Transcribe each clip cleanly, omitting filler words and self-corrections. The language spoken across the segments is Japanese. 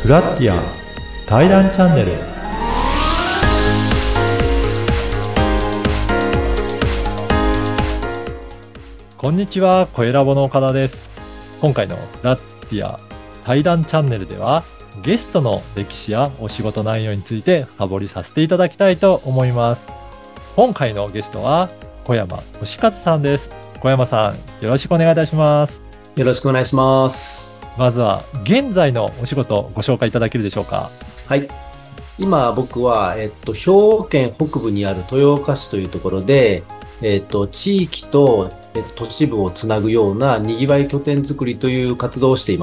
ラッティア対談チャンネル。こんにちは、声ラボの岡田です。今回のラッティア対談チャンネルでは、ゲストの歴史やお仕事内容について深掘りさせていただきたいと思います。今回のゲストは小山俊和さんです。小山さん、よろしくお願いいたします。 よろしくお願いします。 まずは現在のお仕事をご紹介いただけるでしょうか。 はい。今僕は、兵庫県北部にある豊岡市というところで、地域と、都市部をつなぐようなにぎわい拠点づくりという活動をしています。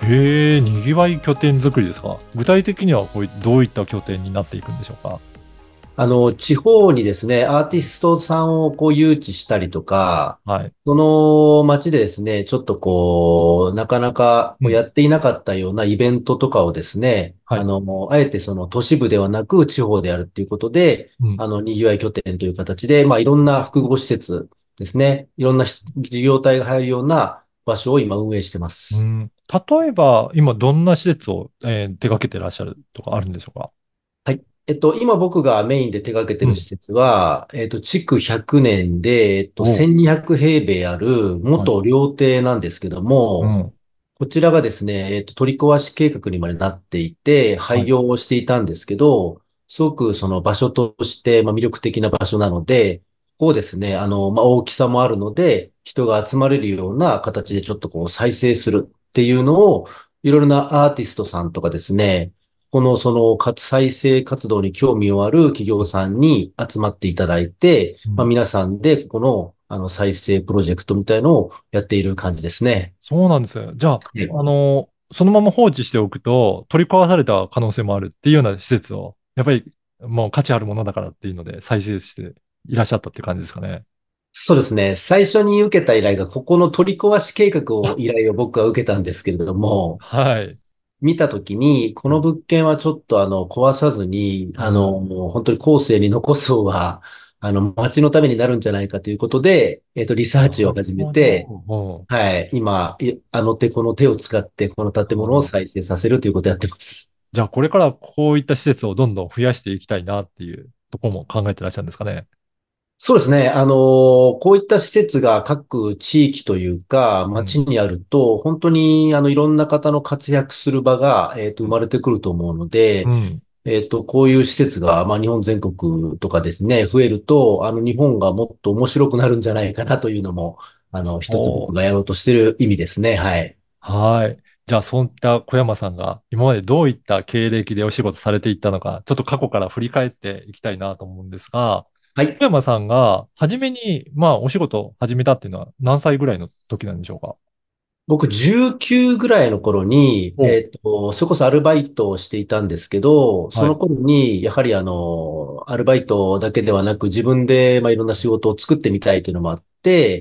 へえ、にぎわい拠点作りですか。具体的にはどういった拠点になっていくんでしょうか。 地方にですね、アーティストさんを誘致したりとか、 はい。 その街でですね、ちょっとなかなかうん。 やっていなかったようなイベントとかをですね、 はい。 あえてその都市部ではなく地方であるっていうことで、 うん。 にぎわい拠点という形で、いろんな複合施設ですね、いろんな事業体が入るような場所を今運営してます。 うん。例えば、今どんな施設を、手掛けてらっしゃるとかあるんでしょうか。 はい。今僕がメインで手掛けてうん。 る施設は、築100年で、 おう。 1200平米あるはい。 元料亭なんですけども、 うん。 こちらがですね、取り壊し計画にまでなっていて、廃はい。 業をしていたんですけど、すごくその場所として、魅力的な場所なので、ここをですね、大きさもあるので、人が集まれるような形でちょっと再生するっていうのを、いろいろなアーティストさんとかですね、この再生活動に興味をある企業さんに集まっていただいて、 うん。 皆さんでここの再生プロジェクトみたいのをやっている感じですね。 そうなんですよ。じゃあ、 はい。 そのまま放置しておくと、取り壊された可能性もあるっていうような施設を、やっぱりもう価値あるものだからっていうので再生していらっしゃったっていう感じですかね。 そうですね。最初に受けた依頼が、ここの取り壊し計画をあ、 依頼を僕は受けたんですけれども、 はい。 見たときに、こうん。 の物件はちょっと壊さずに、 うん。 もう本当に後世に残す方が、街のためになるんじゃないかということで、リサーなるチを始めほど。 て、 うん。 はい、今、この手を使って、この建物を再生させるということをやってます。 じゃあ、これからこういった施設をどんどん増やしていきたいなっていうところも考えてらっしゃるんですかね。 そうですね。こういった施設が各地域というか、 うん。 町にあると、本当に、いろんな方の活躍する場が、生まれてくると思うので、 うん。 こういう施設が、日本全国とかですね、増えると、日本がもっと面白くなるんじゃないかなというのも、一つ僕おー。 がやろうとしている意味ですね。はい。 はい。じゃあ、そういった小山さんが今までどういった経歴でお仕事されていったのか、ちょっと過去から振り返っていきたいなと思うんですが、 はい。 小山さんが初めに、お仕事を始めたっていうのは何歳ぐらいの時なんでしょうか。 僕19ぐらいの頃に、 お、 それこそアルバイトをしていたんですけど、そはい。 の頃に、やはりアルバイトだけではなく自分で、いろんな仕事を作ってみたいというのもあって、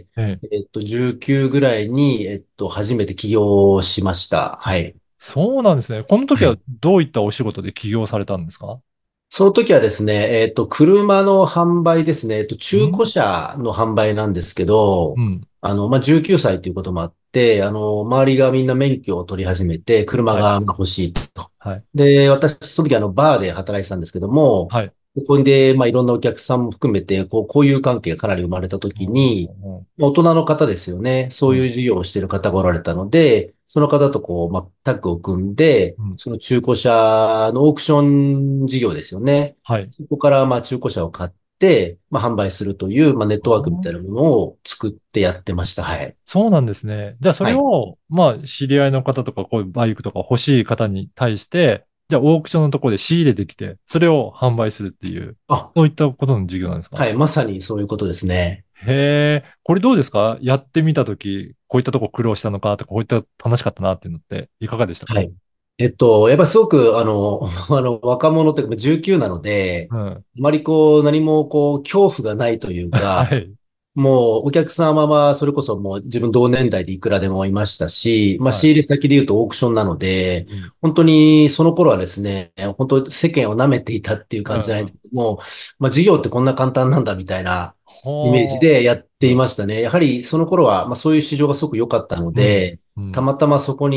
ええ。 19ぐらいに、初めて起業しました。はあ、 い。 そうなんですね。この時ははい。 どういったお仕事で起業されたんですか。 その時はですね、車の販売ですね。中古うん。 車の販売なんですけど、 うん。 19歳ということもあって、周りがみんな免許を取り始めて、車はい。 が欲しいと。 はい。 で、私、その時バーで働いてたんですけども、 はい。 ここで、いろんなお客さんも含めて、交友関係がかなり生まれたう時に、 ん。 大人の方ですよね。そういううん。 事業をしている方がおられたので、その方とタッグを組んで、 うん。 その中古車のオークション事業ですよね。 はい。 そこから中古車を買って、販売するという、ネットワークみたいなものを作ってやってました。はい。 そうなんですね。じゃあそはい。 れを、知り合いの方とか、こういうバイクとか欲しい方に対して、じゃあオークションのところで仕入れてきて、それを販売するっていう、 あ、 そういったことの事業なんですか。 はい。まさにそういうことですね。 へえ、これどうですか。やってみたとき、こういったとこ苦労したのかとか、こういった楽しかったなっていうのっていかがでしたか。 はい。やっぱすごく、若者というか、19なので、 うん。 あまり何も恐怖がないというか、 はい。 もうお客様はそれこそもう自分同年代でいくらでもいましたし、 はい。 仕入れ先で言うとオークションなので、 うん。 本当にその頃はですね、本当世間を舐めていたっていううん。 感じじゃないんでうん。 すけども、事業ってこんな簡単なんだみたいなイメージほでやってう。うん。 いましたね。やはりその頃は、そういう市場がすごく良かったのうん。 で、 うん。 たまたまそこに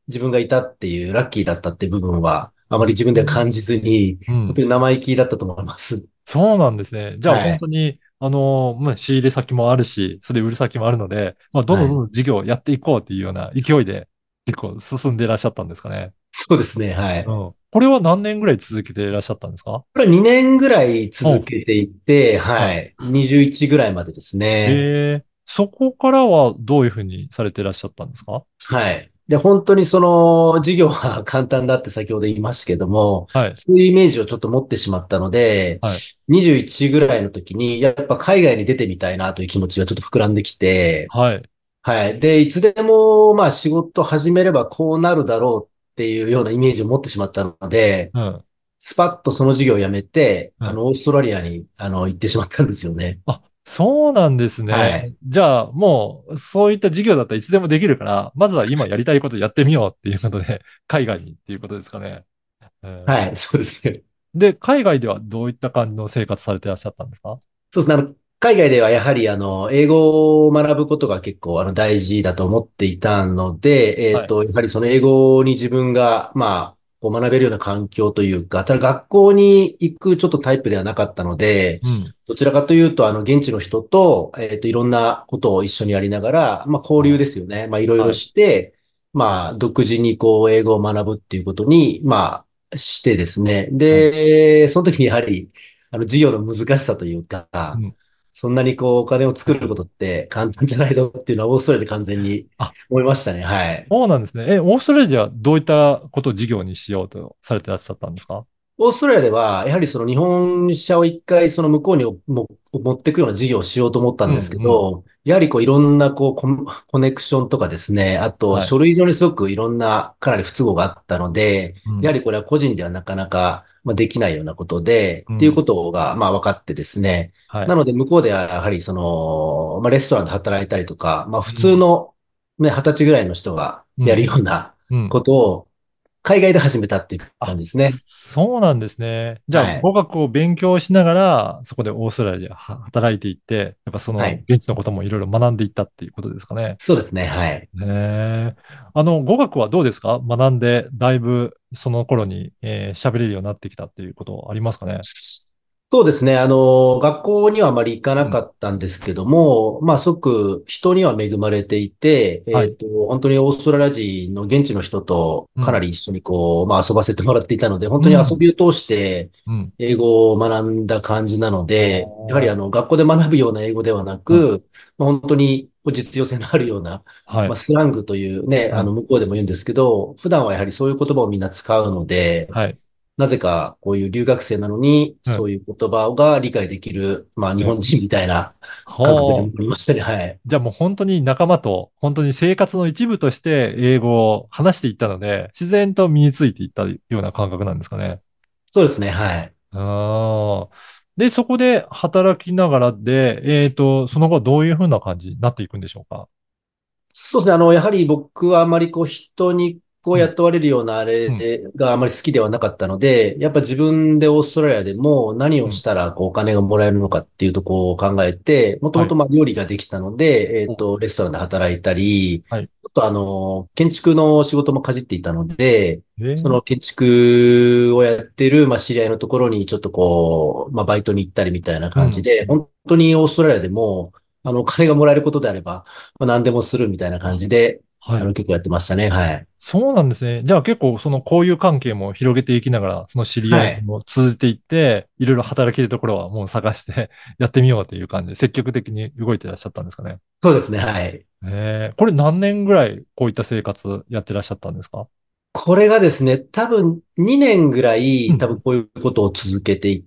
自分がいたっていうラッキーだったっていう部分は、あうん。 まり自分では感じずに、 うん。 本当に生意気だったと思います。 そうなんですね。じゃあはい。 本当に、まあ、仕入れ先もあるし、それで売る先もあるので、まあ、どんどんどんはい。 どん事業をやっていこうっていうような勢いで結構進んでいらっしゃったんですかね。 そうですね。はい。 うん。これは何年ぐらい続けていらっしゃったんですか？ これは2年ぐらい続うん。 けていって、 はい。 はい。21ぐらいまでですね。 そこからはどういうふうにされていらっしゃったんですか？ はい。で、本当にその事業は簡単だって先ほど言いましたけども、 はい。 そういうイメージをちょっと持ってしまったので、 はい。 21ぐらいの時に、やっぱ海外に出てみたいなという気持ちがちょっと膨らんできて、 はい。 はい。で、いつでも、まあ仕事始めればこうなるだろうっていうようなイメージを持ってしまったので、 うん。 スパッとその事業を辞めて、 うん。 オーストラリアに、行ってしまったんですよね。 あ、そうなんですね。 はい。 じゃあ、もう、そういった事業だったらいつでもできるから、まずは今やりたいことやってみようっていうことで、海外にっていうことですかね。うん。 はい。そうですね。 で、海外ではどういった感じの生活されていらっしゃったんですか？ そうですね。海外ではやはり、英語を学ぶことが結構、大事だと思っていたので、 はい。 やはりその英語に自分が、まあ、こう学べるような環境というか、ただ学校に行くちょっとタイプではなかったので、 うん。 どちらかというと、現地の人と、いろんなことを一緒にやりながら、まあ、交流ですよね。まあ、いろいろはい。 して、まあ、独自にこう、英語を学ぶっていうことに、まあ、してですね。 はい。 で、その時にやはり、授業の難しさというか、 うん。 そんなにこうお金を作ることって簡単じゃないぞっていうのはオーストラリアで完全にあ、 思いましたね。はい。 そうなんですね。オーストラリアではどういったことを事業にしようとされていらっしゃったんですか？ オーストラリアでは、やはりその日本車を一回その向こうに持っていくような事業をしようと思ったんですけうん、うん。 ど、やはりこういろんなこうコネクションとかですね、あとはい。 書類上にすごくいろんなかなり不都合があったので、 うん、 やはりこれは個人ではなかなかできないようなことで、っていううん。 ことがまあ分かってですね、 はい。 なので向こうではやはりその、まあレストランで働いたりとか、まあ普通うん、 のね、20歳ぐらいの人がやるうん、 ようなうん。 ことを海外で始めたっていう感あ、 じですね。 そうなんですね。じゃあ、 はい。 語学を勉強しながら、そこでオーストラリアで働いていって、やっぱそのはい。 現地のこともいろいろ学んでいったっていうことですかね。 そうですね。はい。 ねえ。語学はどうですか？学んで、だいぶその頃に、喋れるようになってきたっていうことありますかね？ そうですね。学校にはあまり行かなうん。 かったんですけども、まあ、すごく人には恵まれていて、 はい。 本当にオーストラリア人の現地の人とうん。 かなり一緒にこう、まあ、遊ばせてもらっていたので、本当に遊うん。 びを通してうん。 英語を学んだ感じなのあで、やはりあ。 学校で学ぶような英語ではなうん。 く、まあ、本当にこう実用性のあるような、まあ、 はい。 スラングというね、 うん。 向こうでも言うんですけど、普段はやはりそういう言葉をみんな使うので、 はい。 なぜかこういう留学生なのに、 うん。 そういう言葉が理解できる、まあ日うん。 本人みたいな感覚でほう。 見ましたね。はい。 じゃあもう本当に仲間と、本当に生活の一部として英語を話していったので、自然と身についていったような感覚なんですかね。 そうですね。はい。 ああ。で、そこで働きながらで、その後どういうふうな感じになっていくんでしょうか？ そうですね。やはり僕はあまりこう人にこううん。 雇われるようなあれうん。 があまり好きではなかったので、やっぱ自分でオーストラリアでも何をうん。 したらこうお金がもらえるのかっていうところを考えて、もとはい。 もとまあ料理ができたので、 おレストランで働いたり、 はい。 ちょっと建築の仕事もかじっていたので、そー、 の建築をやってる、まあ知り合いのところにちょっとこう、まあバイトに行ったりみたいなうん。 感じで、本当にオーストラリアでも、お金がもらえることであれば、まあ、何でもするみたいな感あ、 じで、 はい。 結構やってましたね。はい。 そうなんですね。じゃあ結構その交友関係も広げていきながら、その知り合はい。 いも通じていって、いろいろ働けるところはもう探してやってみようという感じで積極的に動いてらっしゃったんですかね。 そうですね。はい。 これ何年ぐらいこういった生活やってらっしゃったんですか？ これがですね、多分2年ぐらい、多分うん。 こういうことを続けていって、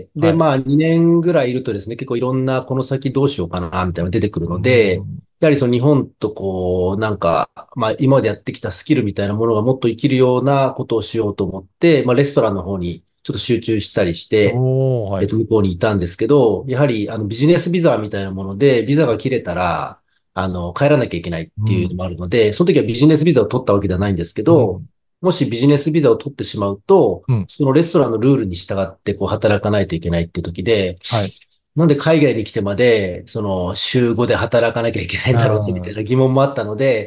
で、 はい。 まあ2年ぐらいいるとですね、結構いろんなこの先どうしようかな、みたいなのが出てくるうので、 ん。 やはりその日本とこう、なんか、まあ今までやってきたスキルみたいなものがもっと生きるようなことをしようと思って、まあレストランの方にちょっと集中したりして、 おー、はい。 向こうにいたんですけど、やはりビジネスビザみたいなもので、ビザが切れたら、帰らなきゃいけないっていうのうん。 もあるので、その時はビジネスビザを取ったわけではないんですけど、 うん。 もしビジネスビザを取ってしまうと、 うん。 そのレストランのルールに従ってこう働かないといけないっていう時で、 はい。 なんで海外に来てまで、その週5で働かなきゃいけないんだろうってみたいあな疑問もあったので、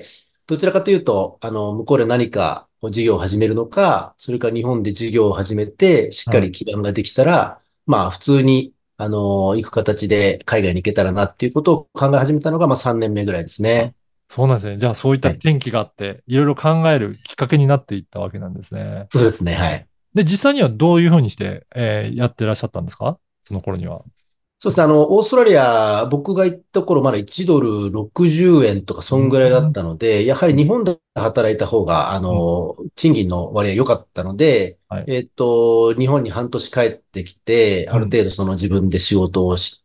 どちらかというと、向こうで何かこう事業を始めるのか、それから日本で事業を始めて、しっかはい。 り基盤ができたら、まあ、普通に、行く形で海外に行けたらなっていうことを考え始めたのが、まあ、3年目ぐらいですあ、 ね。 そうなんですね。じゃあそういったはい。 転機があって、いろいろ考えるきっかけになっていったわけなんですね。 そうですね。はい。 で、実際にはどういうふうにして、やってらっしゃったんですか？その頃には。 そうですね。オーストラリア、僕が行った頃まだ1ドル60円とか、 うん。 そんぐらいだったので、やはりうん。 日本で働いた方が、 うん。 賃金の割合良かったので、 はい。 日本に半年帰ってきて、あうん。 る程度その自分で仕事をして、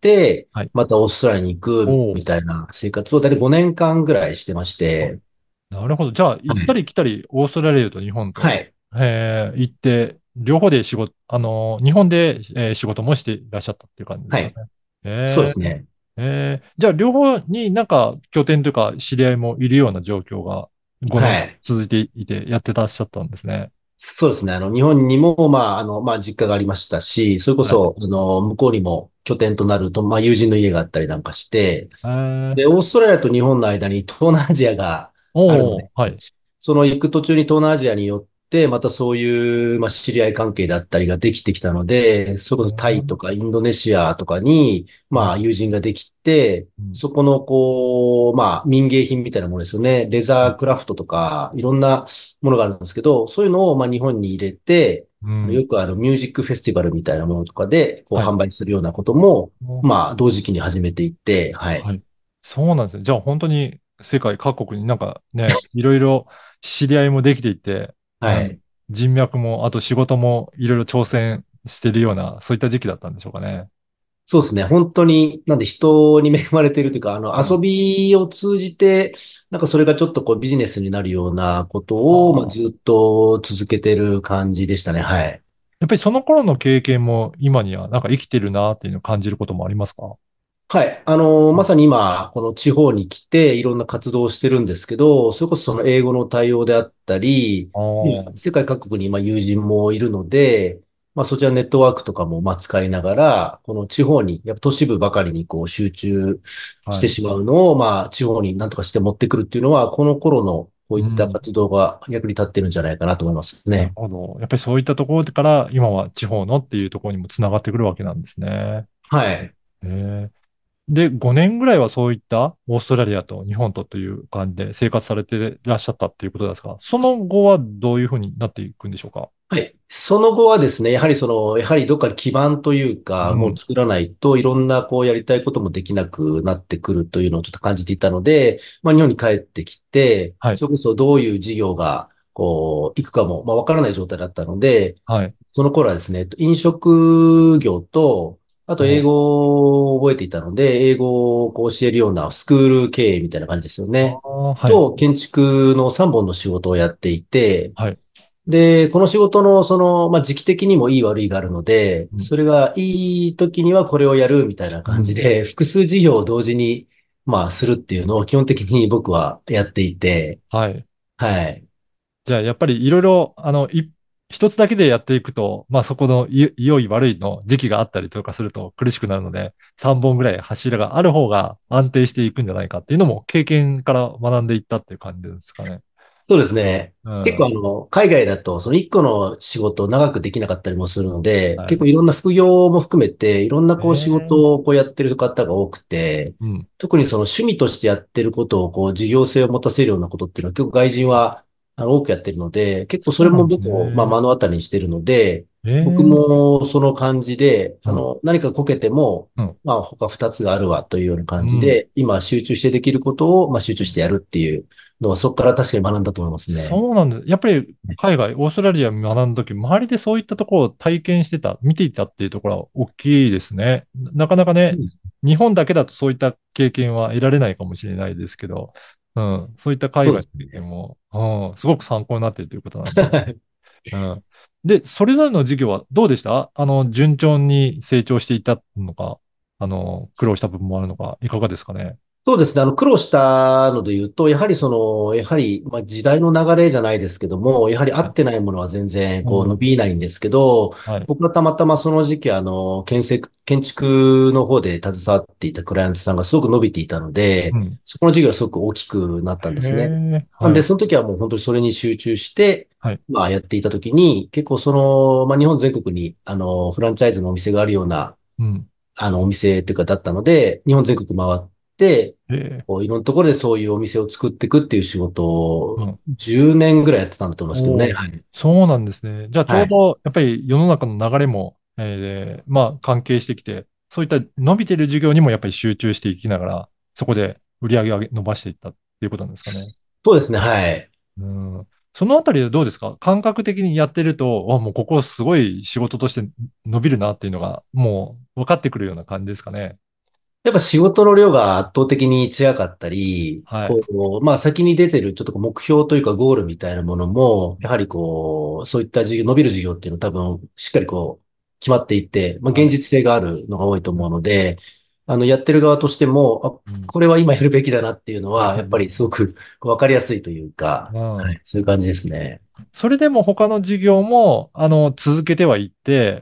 はい。 またオーストラリアに行くおお。 みたいな生活を大体5年間ぐらいしてましあ、 て、 なるほど。じゃあ、行ったはい。 り来たり、オーストラリアと日本と、 はい。 行って、両方で仕事、日本で、仕事もしていらっしゃったっていう感じですはい。 かね。 そうですね。 じゃあ、両方になんか拠点というか、知り合いもいるような状況が5年はい。 続いていて、やってらっしゃったんですね。 そうですね。日本にも、実家がありましたし、それこはい。 そ、向こうにも拠点となると、友人の家があったりなんかして、 えー、 で、オーストラリアと日本の間に東南アジアがあるので、 おー、はい。 その行く途中に東南アジアによって、またそういう、知り合い関係だったりができてきたので、それこそタイとかインドネシアとかに、 はい。 友人ができて、 うん。 そこの、民芸品みたいなものですよね。レザークラフトとか、いろんなものがあるんですけど、そういうのを、日本に入れて、 うん。 よくあるミュージックフェスティバルみたいなものとかで、 はい。 販売するようなことも、 お、 同時期に始めていって、はい。 はい。そうなんですね。じゃあ、本当に世界各国になんかね、いろいろ知り合いもできていて、うん、 はい。 人脈も、あと仕事もいろいろ挑戦しているような、そういった時期だったんでしょうかね。 そうですね。本当に、なんで人に恵まれているというか、 うん。 遊びを通じて、なんかそれがちょっとこうビジネスになるようなことを、 ああ。 ずっと続けてる感じでしたね。はい。 やっぱりその頃の経験も今にはなんか生きてるなっていうのを感じることもありますか？ はい。 うん。 まさに今、この地方に来て、いろんな活動をしてるんですけど、それこそその英語の対応であったり、 ああ、 世界各国に今友人もいるので、そちらネットワークとかも使いながら、この地方に、やっぱ都市部ばかりにこう集中しはい。 てしまうのを、地方に何とかして持ってくるっていうのは、この頃のこういったうん。 活動が役に立ってるんじゃないかなと思いますなるね。 ほど。やっぱりそういったところから今は地方のっていうところにもつながってくるわけなんですね。 はい。 えで、5年ぐらいはそういったオーストラリアと日本とという感じで生活されていらっしゃったっていうことですか？その後はどういうふうになっていくんでしょうか？ はい。その後はですね、やはりどっかに基盤というか、もううん。 作らないといろんなこうやりたいこともできなくなってくるというのをちょっと感じていたので、日本に帰ってきて、 はい。 それこそどういう事業がこう、行くかも、わからない状態だったので、 はい。 その頃はですね、飲食業と、あと英お、 語を覚えていたので、英語をこう教えるようなスクール経営みたいな感じですよあね。 あ、はい。 と、建築の3本の仕事をやっていて、 はい。 で、この仕事の時期的にもいい悪いがあるので、 うん。 それがいい時にはこれをやるみたいなうん。 感じで、複数事業を同時に、するっていうのを基本的に僕はやっていて、 はい。 はい。 じゃあ、やっぱりいろいろ、一つだけでやっていくと、まあそこの良い悪いの時期があったりとかすると苦しくなるので、3本ぐらい柱がある方が安定していくんじゃないかっていうのも経験から学んでいったっていう感じですかね。 そうですね。 うん。 結構海外だとその一個の仕事を長くできなかったりもするので、 はい。 結構いろんな副業も含めて、いろんなこう仕ええ。 事をこうやってる方が多くて、 うん。 特にその趣味としてやってることをこう事業性を持たせるようなことっていうのは結構外人は多くやってるので、結構それもそうなんです僕をね。 目の当たりにしてるので、僕ええ。 もその感じで、 うん。 何かこけても、 うん。 他二つがあるわというようなうん。 感じで、今集中してできることを集中してやるっていうのはそこから確かに学んだと思いますね。 そうなんです。やっぱり海外、オーストラリア学んだとき、周りでそういったところを体験してた、見ていたっていうところは大きいですね。なかなかね、 うん。 日本だけだとそういった経験は得られないかもしれないですけど、うん、そういった海そうで外の経験すね。 も、うん、すごく参考になっているということなんです。うん。で、それぞれの授業はどうでした？順調に成長していったのか、苦労した部分もあるのか、いかがですかね？ そうですね。苦労したので言うと、やはり、まあ、時代の流れじゃないですけども、やはり合はい。 ってないものは全然、こう、伸うん。 びないんですけど、 はい。 僕はたまたまその時期、建築の方で携わっていたクライアントさんがすごく伸びていたので、 うん。 そこの事業がすごく大きくなったんでへすね。 え、 なんで、 はい。 その時はもう本当にそれに集中して、 はい。 まあ、やっていた時に、結構まあ、日本全国に、フランチャイズのお店があるような、 うん。 お店っていうかだったので、日本全国回って、 へえ、 こういろんなところでそういうお店を作っていくっていう仕事をうん。 10年ぐらいやってたんだと思いますけどね。 おお、 はい。 そうなんですね。じゃあ、ちょはい。 うど、やっぱり世の中の流れも、まあ、関係してきて、そういった伸びてる事業にもやっぱり集中していきながら、そこで売り上げを伸ばしていったっていうことなんですかね。 そうですね。はい。 うん。そのあたりでどうですか？感覚的にやってると、もうここすごい仕事として伸びるなっていうのが、もう分かってくるような感じですかね。 やっぱ仕事の量が圧倒的に違かったり、 はい。 こう、まあ先に出てるちょっとこう目標というかゴールみたいなものも、やはりこう、そういった事業、伸びる事業っていうのは多分しっかりこう、決まっていて、まあはい。 現実性があるのが多いとうん。 思うので、やってる側としても、 うん。 これは今やるべきだなっていうのは、やっぱりうん。 すごくわかりやすいというか、 うん。 はい、そういう感じですね。 それでも他の事業も、続けてはいって、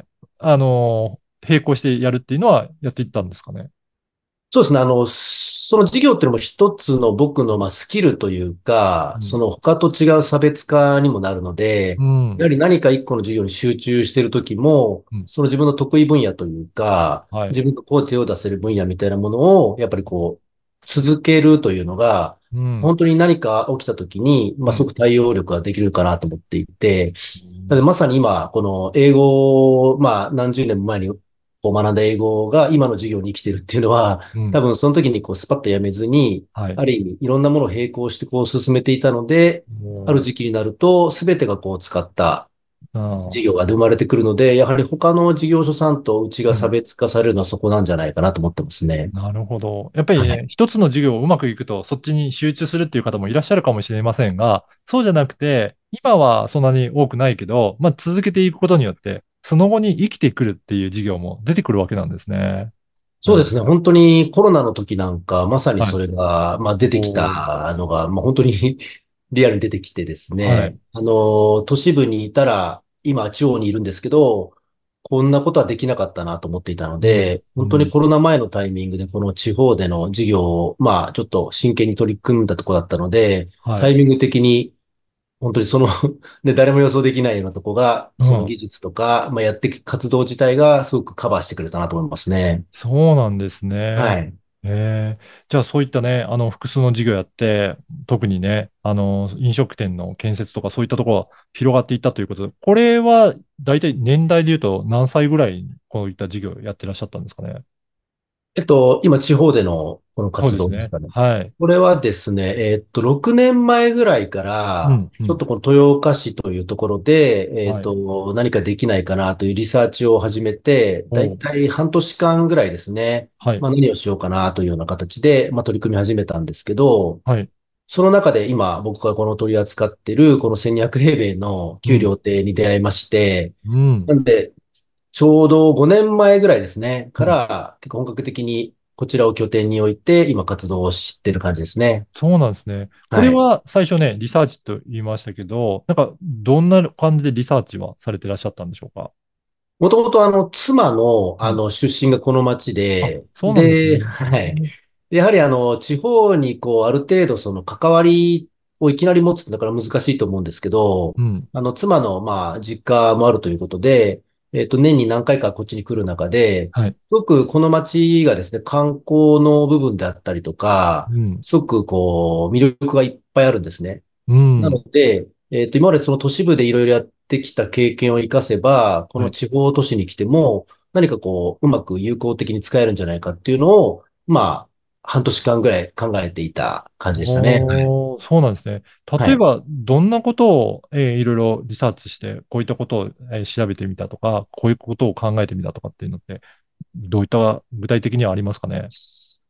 並行してやるっていうのはやっていったんですかね。 そうですね。その事業っていうのも一つの僕のまあスキルというか、 うん。 その他と違う差別化にもなるので、 うん。 やはり何か一個の事業に集中しているときも、 うん。 その自分の得意分野というか、 はい。 自分がこう手を出せる分野みたいなものを、やっぱりこう、続けるというのが、 うん。 本当に何か起きたときに、まあ、すごうん。 く対応力ができるかなと思っていて、 うん。 なのでまさに今、この英語を、まあ、何十年も前にこう学んだ英語が今の授業に生きてるっていうのは、 うん。 多分その時にこうスパッとやめずに、 はい。 ある意味いろんなものを並行してこう進めていたので、あるも時期になると全てがこう使ったう、あ事業が生まれてくるので、やはり他の事業所さんとうちが差うん。 別化されるのはそこなんじゃないかなと思ってますね。 なるほど。やっぱりね、 はい。 一つの授業をうまくいくと、そっちに集中するっていう方もいらっしゃるかもしれませんが、そうじゃなくて、今はそんなに多くないけど、まあ、続けていくことによって、その後に生きてくるっていう授業も出てくるわけなんですね。うん。 そうですね。本当にコロナの時なんか、まさにはい。 それが、まあ、出てきおー。 たのが、まあ、本当にリアルに出てきてですね。 はい。 都市部にいたら、今地方にいるんですけど、こんなことはできなかったなと思っていたのうん。 で、 うん。 本当にコロナ前のタイミングでこの地方での事業を、まあ、ちょっと真剣に取り組んだところだったので、 はい。 タイミング的に本当にね、誰も予想できないようなとこが、 うん。 その技術とか、まあ、やっていく活動自体がすごくカバーしてくれたなと思いますね。 そうなんですね。 はい。 じゃあそういったね、複数の事業やって、特にね、飲食店の建設とかそういったところが広がっていったということで、これは大体年代で言うと何歳ぐらいにこういった事業をやってらっしゃったんですかね。 今地方でのこの活そうですね。 動ですかね。 はい。 これはですね、6年前ぐらいから、 うん、うん。 ちょっとこの豊岡市というところで、 はい。 何かできないかなというリサーチを始めて、だいおう。 たい半年間ぐらいですね。 はい。 まあ何をしようかなというような形で、まあ取り組み始めたんですけど、 はい。 その中で今僕がこの取り扱っているこの1200平米のうん、 給料亭に出会いまして、 うん、 なんで、ちょうど5年前ぐらいですね、かうん。 ら結構本格的にこちらを拠点に置いて今活動をしている感じですね。 そうなんですね。これはい。 は最初ね、リサーチと言いましたけど、なんかどんな感じでリサーチはされてらっしゃったんでしょうか。 もともと妻のうん。 出身がこの町あ、 で、 そうなんですで、 ね。 はい。でやはり地方にこうある程度その関わりをいきなり持つってだから難しいと思うんですけど、 うん。 妻のまあ実家もあるということで、年に何回かこっちに来る中で、 はい。 すごくこの町がですね、観光の部分であったりとか、 うん。 すごくこう魅力がいっぱいあるんですね。なうん。 ので、今までその都市部でいろいろやってきた経験を活かせば、こはい。 の地方都市に来ても、何かこう、うまく有効的に使えるんじゃないかっていうのを、まあ、半年間ぐらい考えていた感じでしたね。はい。 おー、そうなんですね。 はい。 例えば、どんなことを、いろいろリサーチして、こういったことを、調べてみたとか、こういうことを考えてみたとかっていうのって、どういった具体的にはありますかね。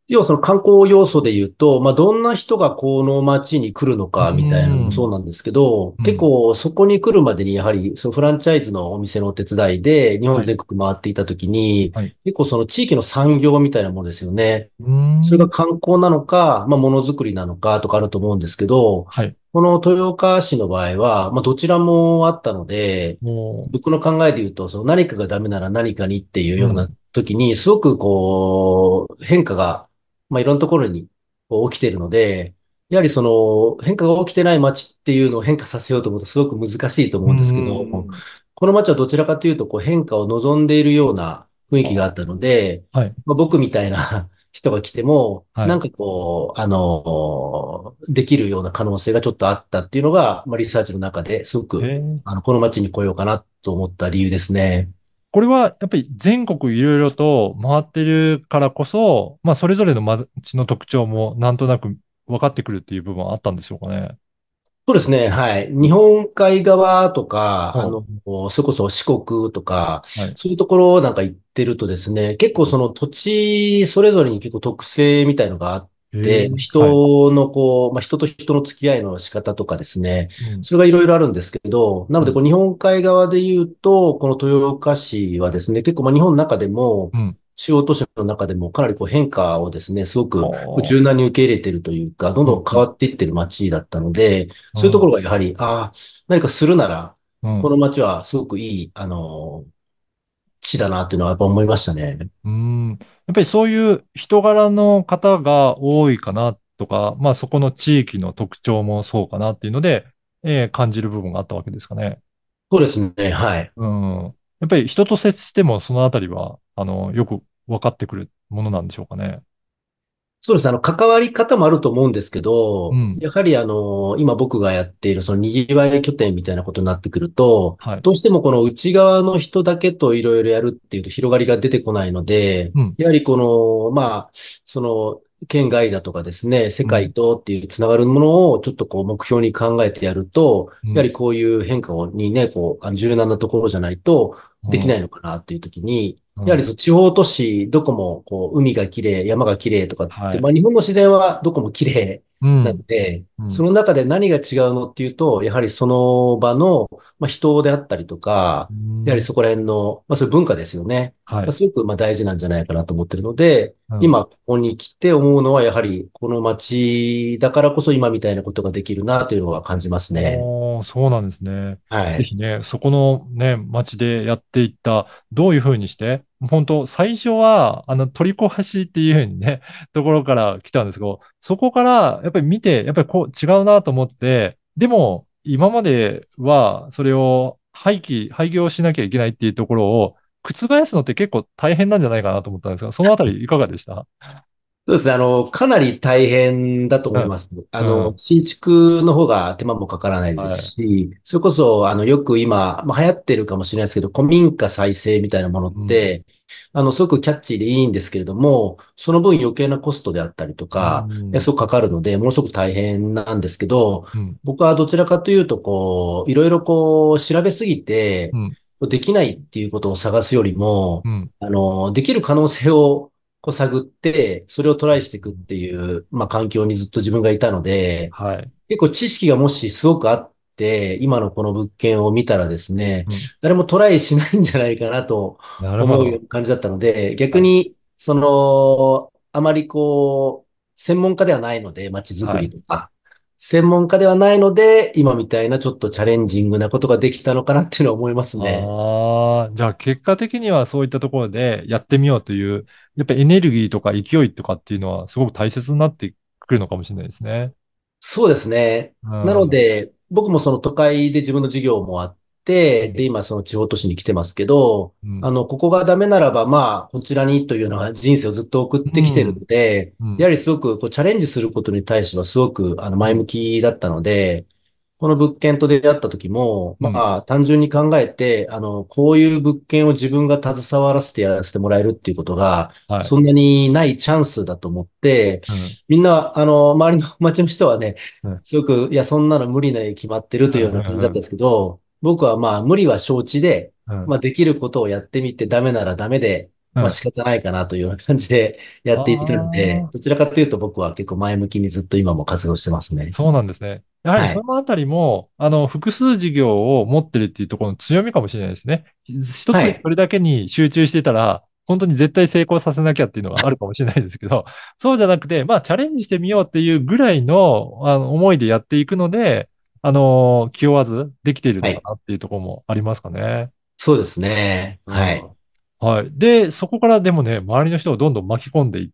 要はその観光要素で言うと、どんな人がこの街に来るのうーかみたいなのもそうん。 なんですけど、結うん。 構そこに来るまでにやはりそのフランチャイズのお店のお手伝いで日本はい。 全国回っていた時に、 はい。 結構その地域の産業みたいなものですよね。 うーそれがん。 観光なのか、ものづくりなのかとかあると思うんですけど、 はい。 この豊岡市の場合は、どちらもあったので、 も僕の考えで言うと、その何かがダメなら何かにっていうう、うようなん。 時に、すごくこう、変化が、いろんなところにこう起きているので、やはりその変化が起きてない街っていうのを変化させようと思うとすごく難しいとうー思うんですけど、 ん。 この街はどちらかというとこう変化を望んでいるような雰囲あ、 気があったので、 はい。 僕みたいな人が来ても、 はい。 なんかこう、できるような可能性がちょっとあったっていうのが、リサーチの中ですごく、 へえ。 この街に来ようかなと思った理由ですね。 これはやっぱり全国いろいろと回ってるからこそ、まあそれぞれの街の特徴もなんとなく分かってくるっていう部分はあったんでしょうかね。 そうですね。はい。日本海側とか、 お、 それこそ四国とか、 はい。 そういうところなんか行ってるとですね、結構その土地それぞれに結構特性みたいのがあっへて、 え、はい。 人のこう、人と人の付き合いの仕方とかですね、 うん。 それがいろいろあるんですけど、なのうん。 でこう日本海側で言うと、この豊岡市はですね、結構日本の中でも、 うん。 主要都市の中でもかなりこう変化をですね、すごあく柔あ。 軟に受け入れているというか、どんうん。うん。 どん変わっていってる街だったので、そういうとこうん。 ろがやはり、何かするなら、 うん。 この街はすごくいい、地だなっていうのはやっぱ思いましたね。 うん。やっぱりそういう人柄の方が多いかなとか、まあそこの地域の特徴もそうかなっていうので、感じる部分があったわけですかね。 そうですね、はい。 うん。やっぱり人と接してもそのあたりは、よく分かってくるものなんでしょうかね。 そうです。関わり方もあると思うんですけど、 うん。 やはり今僕がやっているその賑わい拠点みたいなことになってくると、 はい。 どうしてもこの内側の人だけといろいろやるっていうと広がりが出てこないので、 うん。 やはりこの、その、県外だとかですね、世うん。 界とっていうつながるものをちょっとこう目標に考えてやると、 うん。 やはりこういう変化にね、こう、柔軟なところじゃないとできなうん。 いのかなっていう時に、 うん。 やはりそう地方都市、どこもこう海が綺麗、山が綺麗とかって、 はい。 日本の自然はどこも綺麗なのうん。 で、 うん。 その中で何が違うのっていうと、やはりその場の、人であったりとか、 うん。 やはりそこら辺の、そういう文化ですよね。 はい。 すごく大事なんじゃないかなと思ってるので、 うん。 今ここに来て思うのは、やはりこの街だからこそ今みたいなことができるなというのは感じますね。 おー、そうなんですね。 はい。 ぜひね、そこのね、街でやっていった、どういうふうにして、本当最初は、取り壊しっていうふうにね、ところから来たんですけど、そこからやっぱり見て、やっぱりこう違うなと思って、でも、今まではそれを廃業しなきゃいけないっていうところを覆すのって結構大変なんじゃないかなと思ったんですが、そのあたりいかがでした？ そうですね。かなり大変だとうん。 思います。 うん。 新築の方が手間もかからないですはい。 し、それこそ、よく今、流行ってるかもしれないですけど、古民家再生みたいなものっうん。 て、すごくキャッチーでいいんですけれども、その分余計なコストであったりとうか、 ん。 すごくかかるので、ものすごく大変なんですけど、 うん。 僕はどちらかというと、こう、いろいろこう、調べすぎて、 うん。 できないっていうことを探すよりも、 うん。 できる可能性をこう探って、それをトライしていくっていう、環境にずっと自分がいたので、 はい。 結構知識がもしすごくあって、今のこの物件を見たらですね、 うん。 誰もトライしないんじゃないかなと思うようなるほど。 な感じだったので、逆はい。 に、あまりこう、専門家ではないので、街づくはい。 りとか、専門家ではないので、今みたいなちょっとチャレンジングなことができたのかなっていうのは思いますね。 ああ、じゃあ結果的にはそういったところでやってみようという、やっぱりエネルギーとか勢いとかっていうのはすごく大切になってくるのかもしれないですね。 そうですね。なのうん。 で、僕もその都会で自分の事業もあって、で、今その地方都市に来てますけど、 うん。 ここがダメならば、こちらにというような人生をずっと送ってきてるうん。 ので、 うん。 やはりすごくこうチャレンジすることに対してはすごく前向うん。 きだったので、この物件と出会った時も、 うん。 単純に考えて、こういう物件を自分が携わらせてやらせてもらえるっていうことが、 はい。 そんなにないチャンスだと思って、 うん。 みんな、周りの街の人はね、 うん。 すごく、いや、そんなの無理な決まってるというような感じだったんですけど、僕は無理は承知で、 うん。 できることをやってみてダメならダメで、 まあはい。 仕方ないかなというような感じでやあっていたので、 あ。 どちらかというと僕は結構前向きにずっと今も活動してますね。 そうなんですね。やはりはい。 そのあたりも、複数事業を持ってるっていうところの強みかもしれないですね。一つはい。 にそれだけに集中してたら、本当に絶対成功させなきゃっていうのがあるかもしれないですけど、そうじゃなくて、まあ、チャレンジしてみようっていうぐらいの、思いでやっていくので、気負わずできているはい。 のかなっていうところもありますかね。 そうですね。 うん。 はい。 はい。で、そこからでもね、周りの人をどんどん巻き込んでいって、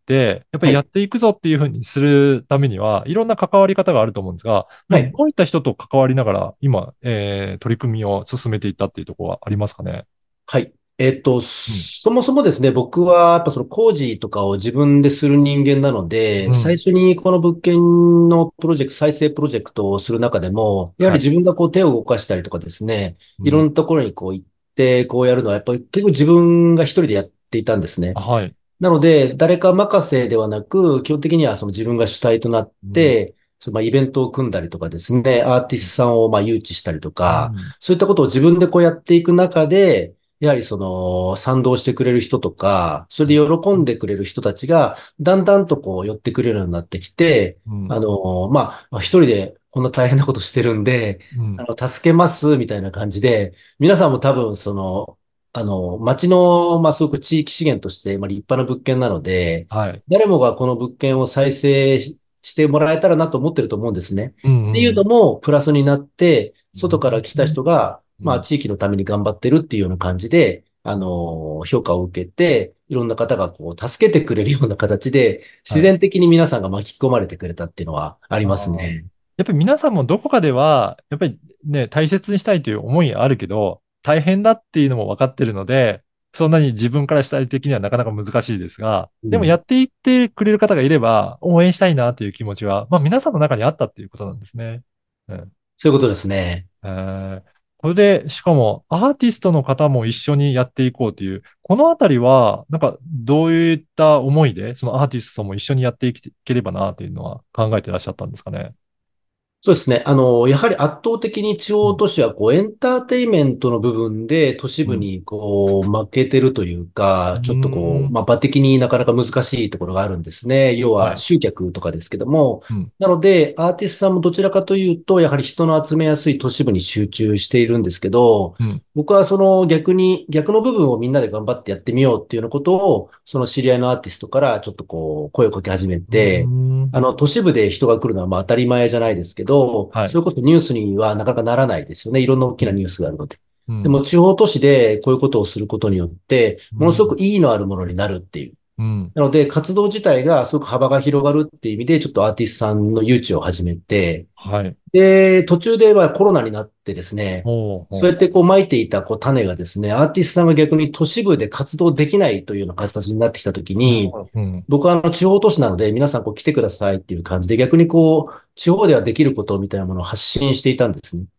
やっぱりやっはい。 ていくぞっていうふうにするためには、いろんな関わり方があると思うんですが、まあ、どはい。 ういった人と関わりながら、今、取り組みを進めていったっていうところはありますかね。 はい。 うん。 そもそもですね、僕はやっぱその工事とかを自分でする人間なので、最うん。 初にこの物件のプロジェクト、再生プロジェクトをする中でも、やははい。 り自分がこう手を動かしたりとかですね、 うん。 いろんなところにこう行ってこうやるのはやっぱり結構自分が一人でやっていたんですね。 はい。 なので、誰か任せではなく、基本的にはその自分が主体となっうん。 て、そのイベントを組んだりとかですね、アーティストさんを誘致したりとか、 うん。 そういったことを自分でこうやっていく中で、やはりその賛同してくれる人とか、それで喜んでくれる人たちが、だんだんとこう寄ってくれるようになってきて、 うん。 一人でこんな大変なことしてるんで、 うん。 助けますみたいな感じで、皆さんも多分町の、すごく地域資源として、立派な物件なので、 はい。 誰もがこの物件を再生してもらえたらなと思ってると思うんですね。 うん。 っていうのうん。 も、プラスになって、 うん。 外から来た人が、 うん。 地域のために頑張ってるっていうような感じで、評価を受けて、いろんな方がこう、助けてくれるような形で、自はい。 然的に皆さんが巻き込まれてくれたっていうのはありますああ。 ね。 やっぱり皆さんもどこかでは、やっぱりね、大切にしたいという思いがあるけど、大変だっていうのも分かってるので、そんなに自分から主体的にはなかなか難しいですが、でもやうん。 っていってくれる方がいれば、応援したいなという気持ちは、まあ皆さんの中にあったっていうことなんですね。うん。 そういうことですね。 それで、しかもアーティストの方も一緒にやっていこうという、このあたりは、なんかどういった思いで、そのアーティストも一緒にやっていければなというのは考えてらっしゃったんですかね。 そうですね。やはり圧倒的に地うん。 方都市はこうエンターテインメントの部分で都市うん。 部にこう負けてるというか、 うーちょっとこう、 ん。 場的になかなか難しいところがあるんですね。要はい。 は集客とかですけども。 うん。 なので、アーティストさんもどちらかというと、やはり人の集めやすい都市部に集中しているんですけど、 うん。 僕はその逆の部分をみんなで頑張ってやってみようっていうようなことを、その知り合いのアーティストからちょっとこう、声をかけ始めうーて、 ん。 都市部で人が来るのは当たり前じゃないですけど、 はい。 そういうことニュースにはなかなかならないですよね。いろんな大うん。 きなニュースがあるので。 うん。 でも地方都市でこういうことをすることによって、ものすごうん。 く意義のあるものになるっていう。 うん。 なので、活動自体がすごく幅が広がるっていう意味で、ちょっとアーティストさんの誘致を始めて、 はい。 で、途中ではコロナになってですね、そうほうほやってこう撒いていたこう種がですね、アーティストさんが逆に都市部で活動できないというような形になってきたときう。 に、 うん。 僕は地方都市なので皆さんこう来てくださいっていう感じで逆にこう地方ではできることみたいなものを発信していたんですね。 うん。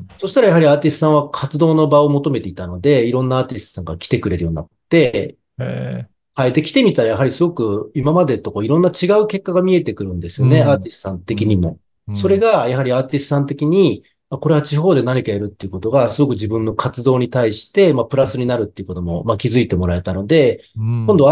そしたらやはりアーティストさんは活動の場を求めていたので、いろんなアーティストさんが来てくれるようになって、 えはい。で、来てみたらやはりすごく今までとこういろんな違う結果が見えてくるんですよね。アーうん。 ティストさんうん。 的にも。それうん。 がやはりアーティストさん的に、これは地方で何かやるっていうことがすごく自分の活動に対して、プラスになるっていうことも、気づいてもらえたので、 うん。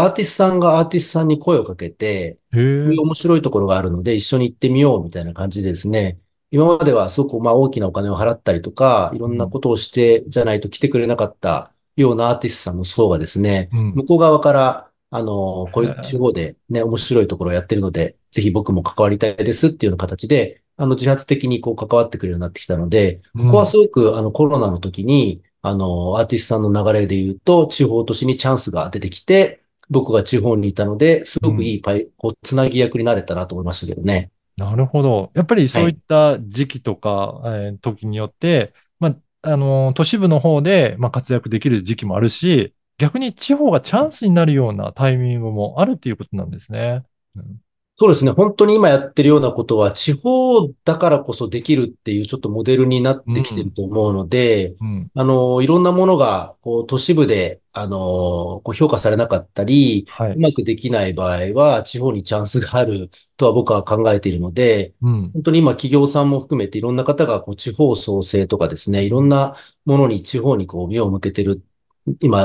今度アーティストさんがアーティストさんに声をかけて、 へえ。 こういう面白いところがあるので一緒に行ってみようみたいな感じでですね。今まではすごく大きなお金を払ったりとか、いろうん。 んなことをしてじゃないと来てくれなかったようなアーティストさんの層がですね、 うん。 向こう側から、こういう地へえ。 方でね、面白いところをやってるので、ぜひ僕も関わりたいですっていうような形で、自発的にこう関わってくるようになってきたので、ここはうん。 すごくコロナの時に、アーティストさんの流れで言うと、地方都市にチャンスが出てきて、僕が地方にいたので、すごくうん。 いいこう、つなぎ役になれたなと思いましたけどね。 なるほど。やっぱりそういっはい。 た時期とか、時によって、都市部の方で、活躍できる時期もあるし、逆に地方がチャンスになるようなタイミングもあるっていうことなんですね。うん。 そうですね。本当に今やってるようなことは、地方だからこそできるっていうちょっとモデルになってきてるうん。 と思うので、 うん。 いろんなものが、こう、都市部で、こう、評価されなかったり、 はい。 うまくできない場合は、地方にチャンスがあるとは僕は考えているので、 うん。 本当に今企業さんも含めていろんな方がこう地方創生とかですね、いろんなものに地方にこう目を向けてる、今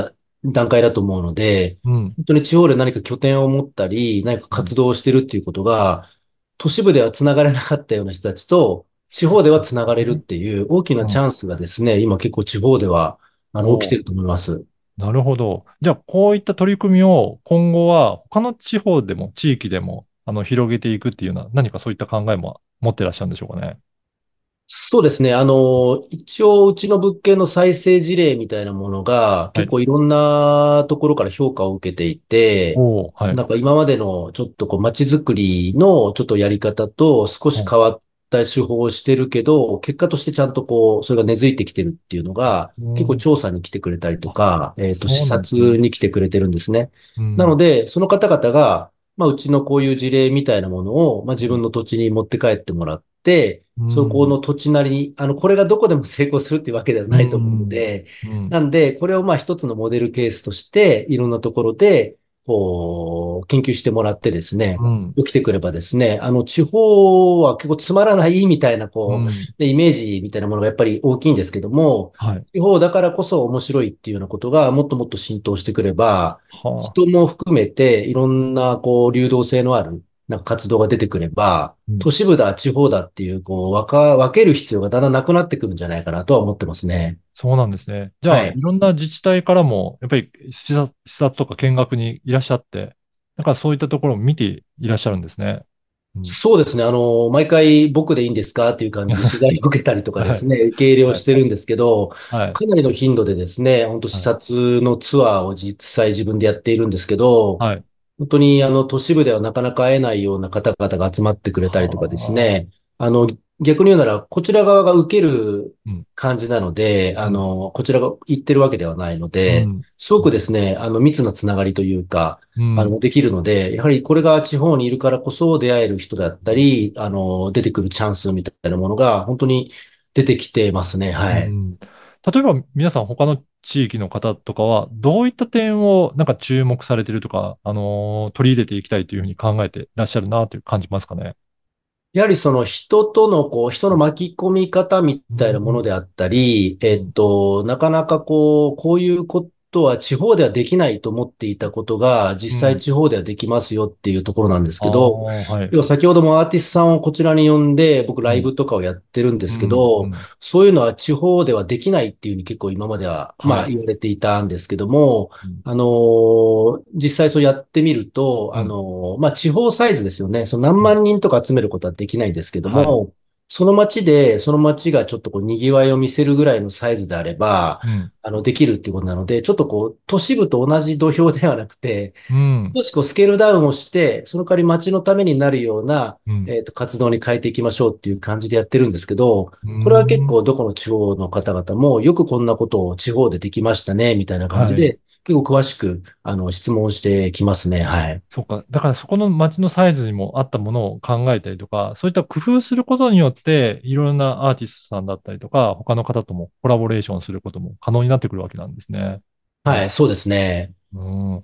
段階だと思うので、 うん。 本当に地方で何か拠点を持ったり、何かうん。 活動をしてるっていうことが、都市部では繋がれなかったような人たちと、地方では繋がれるっね。 ていう大きなうん。 チャンスがですね、今結構地方では、起きおー、 てると思います。 なるほど。じゃあ、こういった取り組みを今後は他の地方でも地域でも広げていくっていうような何かそういった考えも持ってらっしゃるんでしょうかね。 そうですね。一応、うちの物件の再生事例みたいなものが、 はい。 結構いろんなところから評価を受けていて、 おー、はい。 なんか今までのちょっとこう街づくりのちょっとやり方と少しうん。 変わった手法をしてるけど、結果としてちゃんとこう、それが根付いてきてるっていうのが、結構うん。 調査に来てくれたりとあ、 か、視そうなんですね。 察に来てくれてるんですね。 うん。 なので、その方々が、うちのこういう事例みたいなものを、自うん。 分の土地に持って帰ってもらって、 うん。 そこの土地なりに、これがどこでも成功するっていうわけではうないと思うのん。 で、 うん。 なんで、これを一つのモデルケースとして、いろんなところで、こう、研究してもらってですね、 うん。 起きてくればですね、地方は結構つまらないみたいな、こうん。 う、イメージみたいなものがやっぱり大きいんですけども、 はい。 地方だからこそ面白いっていうようなことがもっともっと浸透してくれば、 はあ。 人も含めていろんな、こう、流動性のある、活動が出てくれば、 うん。 都市部だ、地方だっていう、こう、分ける必要がだんだんなくなってくるんじゃないかなとは思ってますね。 そうなんですね。じゃあ、いはい。 ろんな自治体からも、やっぱり視察とか見学にいらっしゃって、だからそういったところを見ていらっしゃるんですね。うん。 そうですね。毎回僕でいいんですかっていう感じで取材を受けたりとかではい。 すね、受け入れをはい。 してるんですけど、 はい。 かなりの頻度でですね、本当視はい。 察のツアーを実際自分でやっているんですけど、 はい。 本当に都市部ではなかなか会えないような方々が集まってくれたりとかですはあ。 ね、逆に言うなら、こちら側が受けるうん。 感じなので、 うん。 こちらが言ってるわけではないので、 うん。 すごくですね、密なつながりというか、 うん。 できるので、やはりこれが地方にいるからこそ出会える人だったり、出てくるチャンスみたいなものが本当に出てきてますね。はい。 うん。例えば皆さん他の地域の方とかはどういった点をなんか注目されてるとか、取り入れていきたいというふうに考えていらっしゃるなという感じますかね。 やはりその人との人の巻き込み方みうたいなものん。 であったり、 うん。 なかなかこういうことは地方ではできないと思っていたことが実際うん。 地方ではできますよっていうところなんですあけど、 あ、はい。 要は先ほどもアーティストさんをこちらに呼んで僕ライうん。 ブとかをやってるんですけうん。うど、 ん。 そういうのは地方ではできないっていうふうに結構今までははい。 言われていたんですけども、 うん。 実際そうやってみると、 うん。 地方サイズですよね。その何うん。 万人とか集めることはできないんですけどはい。 も、その街で、その街がちょっとこう賑わいを見せるぐらいのサイズであれば、 うん。 できるっていうことなので、ちょっとこう、都市部と同じ土俵ではなくて、 うん。 少しこうスケールダウンをして、その代わり街のためになるような、 うん。 活動に変えていきましょうっていう感じでやってるんですけど、 うこれは結ん。 構どこの地方の方々もよくこんなことを地方でできましたね、みたいな感じはい。 で、結構詳しく、質問してきますね。はい。 そっか。だからそこの街のサイズにも合ったものを考えたりとか、そういった工夫することによって、いろんなアーティストさんだったりとか、他の方ともコラボレーションすることも可能になってくるわけなんですね。 はい、そうですね。 うん。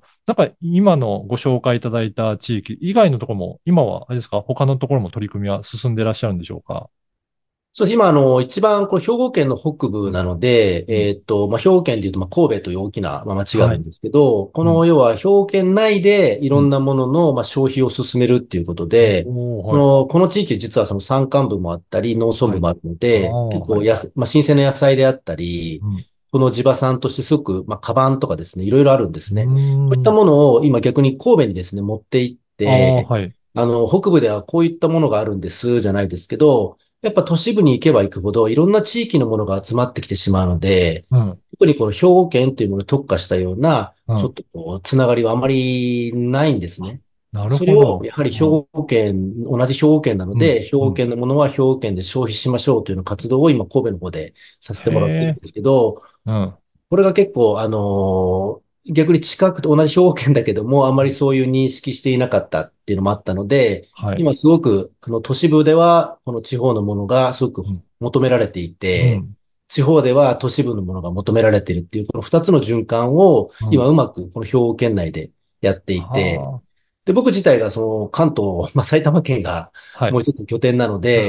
なんか今のご紹介いただいた地域以外のところも、今はあれですか、他のところも取り組みは進んでいらっしゃるんでしょうか？ そうです。今、一番、兵庫県の北部うん。 なので、 うん。 兵庫県でいうと、神戸という大きな、町があはい。 るんですけど、こうん。 の、要は、兵庫県内でいうん。 ろんなものの、消費を進めるっていうことで、 おー、はい。 この地域、実はその山間部もあったり、農村はい。 部もあるのああ、 で、結はい。 構新鮮な野菜であったり、 うん。 この地場産としてすごく、カバンとかですね、いろいろあるんでうーすね。こういったん。 ものを今逆に神戸にですね、持って行っああ、 て、 はい。 北部ではこういったものがあるんです、じゃないですけど、やっぱ都市部に行けば行くほど、いろんな地域のものが集まってきてしまうので、 うん。 特にこの兵庫県というものに特化したような、 うん。 ちょっとこう、つながりはあまりないんですね。 なるそれを、 ほど。 やはり兵うん。 庫県、同じ兵庫県なのうん。 で、兵うん。 庫県のものは兵庫県で消費しましょうというような活動を今、神戸の方でさせてへもらってるんえ。 ですけど、 うん。 これが結構、逆に近くて同じ兵庫県だけども、あまりそういう認識していなかったっていうのもあったので、 はい。 今すごく、都市部では、この地方のものがすごくうん。 求められていて、 うん。 地方では都市部のものが求められているっていう、この二つの循環を、 うん。 今うまくこの兵庫県内でやっていて、 はで、僕自体がその関東、埼玉県があ。はい。 もう一つ拠点なので、 うん。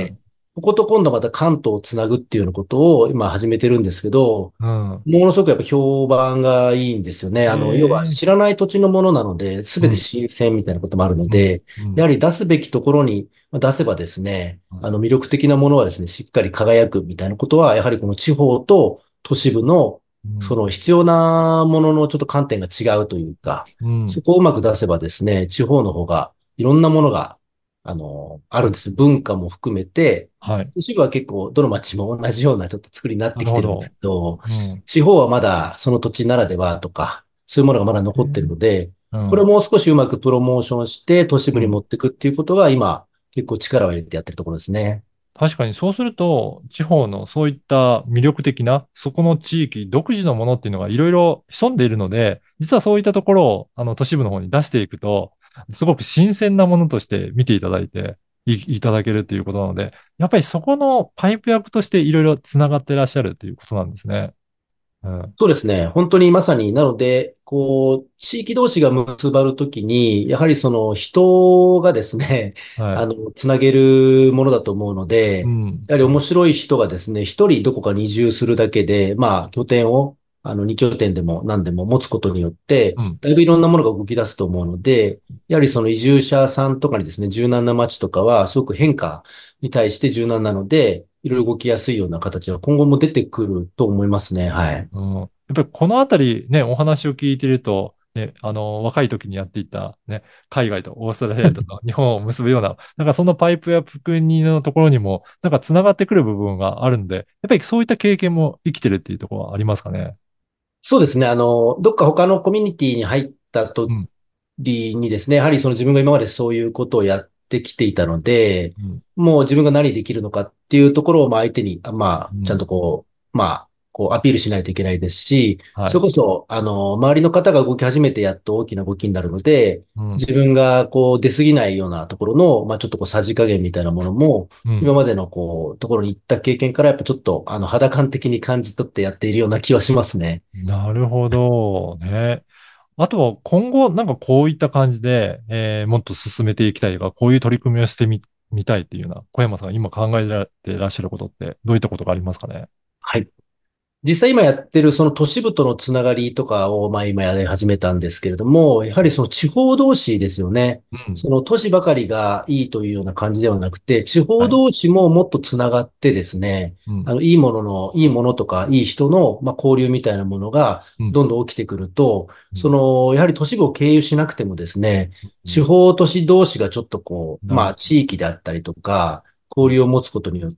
ここと今度また関東をつなぐっていうようなことを今始めてるんですけど、 うん。 ものすごくやっぱ評判がいいんですよね。要はええ、 知らない土地のものなので、すべてうん、 新鮮みたいなこともあるのうん、 で、 うん。 やはり出すべきところに出せばですね、 はい、 魅力的なものはですね、しっかり輝くみたいなことは、やはりこの地方と都市部の、 うん、 その必要なもののちょっと観点が違うというか、 うん。 そこをうまく出せばですね、地方の方がいろんなものが、あるんですよ。文化も含めて、 はい。 都市部は結構どの街も同じようなちょっと作りになっなてきてるんでするほど。 けど、 うん。 地方はまだその土地ならではとか、そういうものがまだ残ってるので、これをうん。 もう少しうまくプロモーションして都市部に持うん。 っていくっていうことが今結構力を入れてやってるところですね。 確かにそうすると、地方のそういった魅力的な、そこの地域独自のものっていうのがいろいろ潜んでいるので、実はそういったところを都市部の方に出していくと、すごく新鮮なものとして見ていただいていただけるということなので、やっぱりそこのパイプ役としていろいろつながっていらっしゃるということなんですね。うん。 そうですね。本当にまさに、なので、地域同士が結ばるときに、やはりその人がですね、 はい。 つなげるものだと思うので、 うん。 やはり面白い人がですね、一人どこかに移住するだけで、まあ、拠点を、二拠点でも何でも持つことによって、 うん。 だいぶいろんなものが動き出すと思うので、やはりその移住者さんとかにですね、柔軟な街とかは、すごく変化に対して柔軟なので、いろいろ動きやすいような形は今後も出てくると思いますね。はい。 うん、やっぱりこのあたりね、お話を聞いていると、ね、若い時にやっていた、ね、海外とオーストラリアとか日本を結ぶような、なんかそのパイプや国のところにも、なんか繋がってくる部分があるんで、やっぱりそういった経験も生きてるっていうところはありますかね。 そうですね。どっか他のコミュニティに入った時うん、 にですね、やはりその自分が今までそういうことをやってきていたので、 うん、 もう自分が何できるのかっていうところを、まあ相手に、ちゃんうん。 とアピールしないといけないですし、 はい。 それこそ、周りの方が動き始めてやっと大きな動きになるので、 うん、 自分が出過ぎないようなところの、ちょっとさじ加減みたいなものも、 うん。 今までのところに行った経験からやっぱちょっと、肌感的に感じ取ってやっているような気はしますね。 なるほど。ね。あとは今後、なんかこういった感じで、もっと進めていきたいとか、こういう取り組みをしてみたいっていうような、小山さんが今考えられていらっしゃることって、どういったことがありますかね。 はい。実際今やってるその都市部とのつながりとかを、今やり始めたんですけれども、やはりその地方同士ですよね。 うん。 その都市ばかりがいいというような感じではなくて、地方はい。 同士ももっとつながってですね、 うん。 いいものとかいい人の、交流みたいなものがうん。 どんどん起きてくると、 うん。 やはり都市部を経由しなくてもですね、 うん。 地方都市同士がちょっとなるほど。 地域であったりとか、 うん。 交流を持つことによって、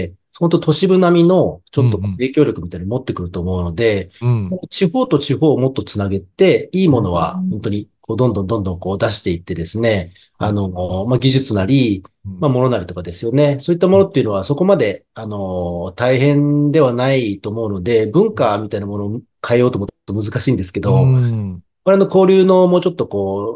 本当都市部並みのちょうん。 っとうん。 影響力みたいに持ってくると思うので、 うん。 地方と地方をもっとつなげて、いいうものはん。 本当にどんどん出していってですね、 はい。 技術なり、 うん。 物なりとかですよね。そういったうん。 ものっていうのはそこまで、大変ではないと思うので、文化みたいなものを変えようと思うと難しいんですけうど、 ん。 これの交流のもうちょっと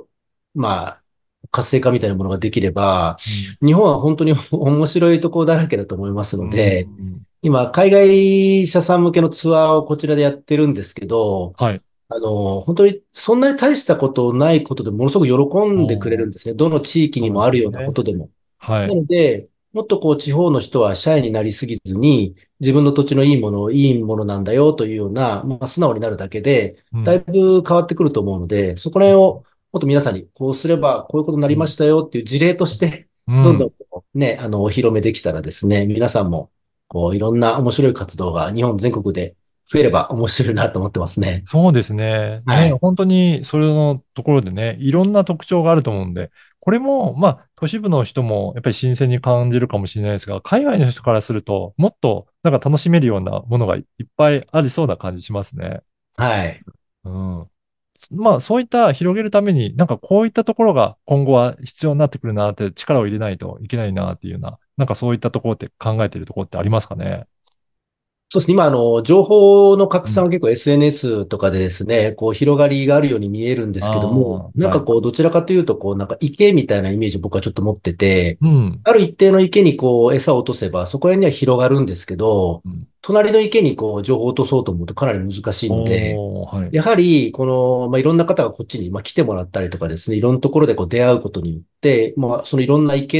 活性化みたいなものができれば、 うん。 日本は本当に面白いところだらけだと思いますうので、 ん。 今、海外者さん向けのツアーをこちらでやってるんですけど、 はい。 本当にそんなに大したことないことでものすごく喜んでくれるおー、 んですね。どの地域にそうでもあるようなこすよね。 とでも。なはい。 ので、もっと地方の人はシャイになりすぎずに、自分の土地のいいものをいいものなんだよというような、素直になるだけで、だいうん。 ぶ変わってくると思うので、そこら辺をもっと皆さんにこうすればこういうことになりまうん。 したよっていう事例として、どんどんうん。 お披露目できたらですね、皆さんもいろんな面白い活動が日本全国で増えれば面白いなと思ってますね。 そうですね。ね、 はい。 本当にそれのところでね、いろんな特徴があると思うんで、これも、都市部の人もやっぱり新鮮に感じるかもしれないですが、海外の人からすると、もっとなんか楽しめるようなものがいっぱいありそうな感じしますね。 はい。 うん。そういった広げるために、なんかこういったところが今後は必要になってくるなって力を入れないといけないなっていうような、なんかそういったところって考えているところってありますかね。 そうですね。今、情報の拡うん。 散は結構 SNS とかでですね、広がりがあるように見えるんですけども、 ああ、はい。 どちらかというと、なんか池みたいなイメージを僕はちょっと持ってて、 うん。 ある一定の池に餌を落とせば、そこら辺には広がるんですけど、 うん。 隣の池に情報を落とそうと思うとかなり難しいので、 おー、はい。 やはり、いろんな方がこっちに、来てもらったりとかですね、いろんなところで出会うことによって、そのいろんな池の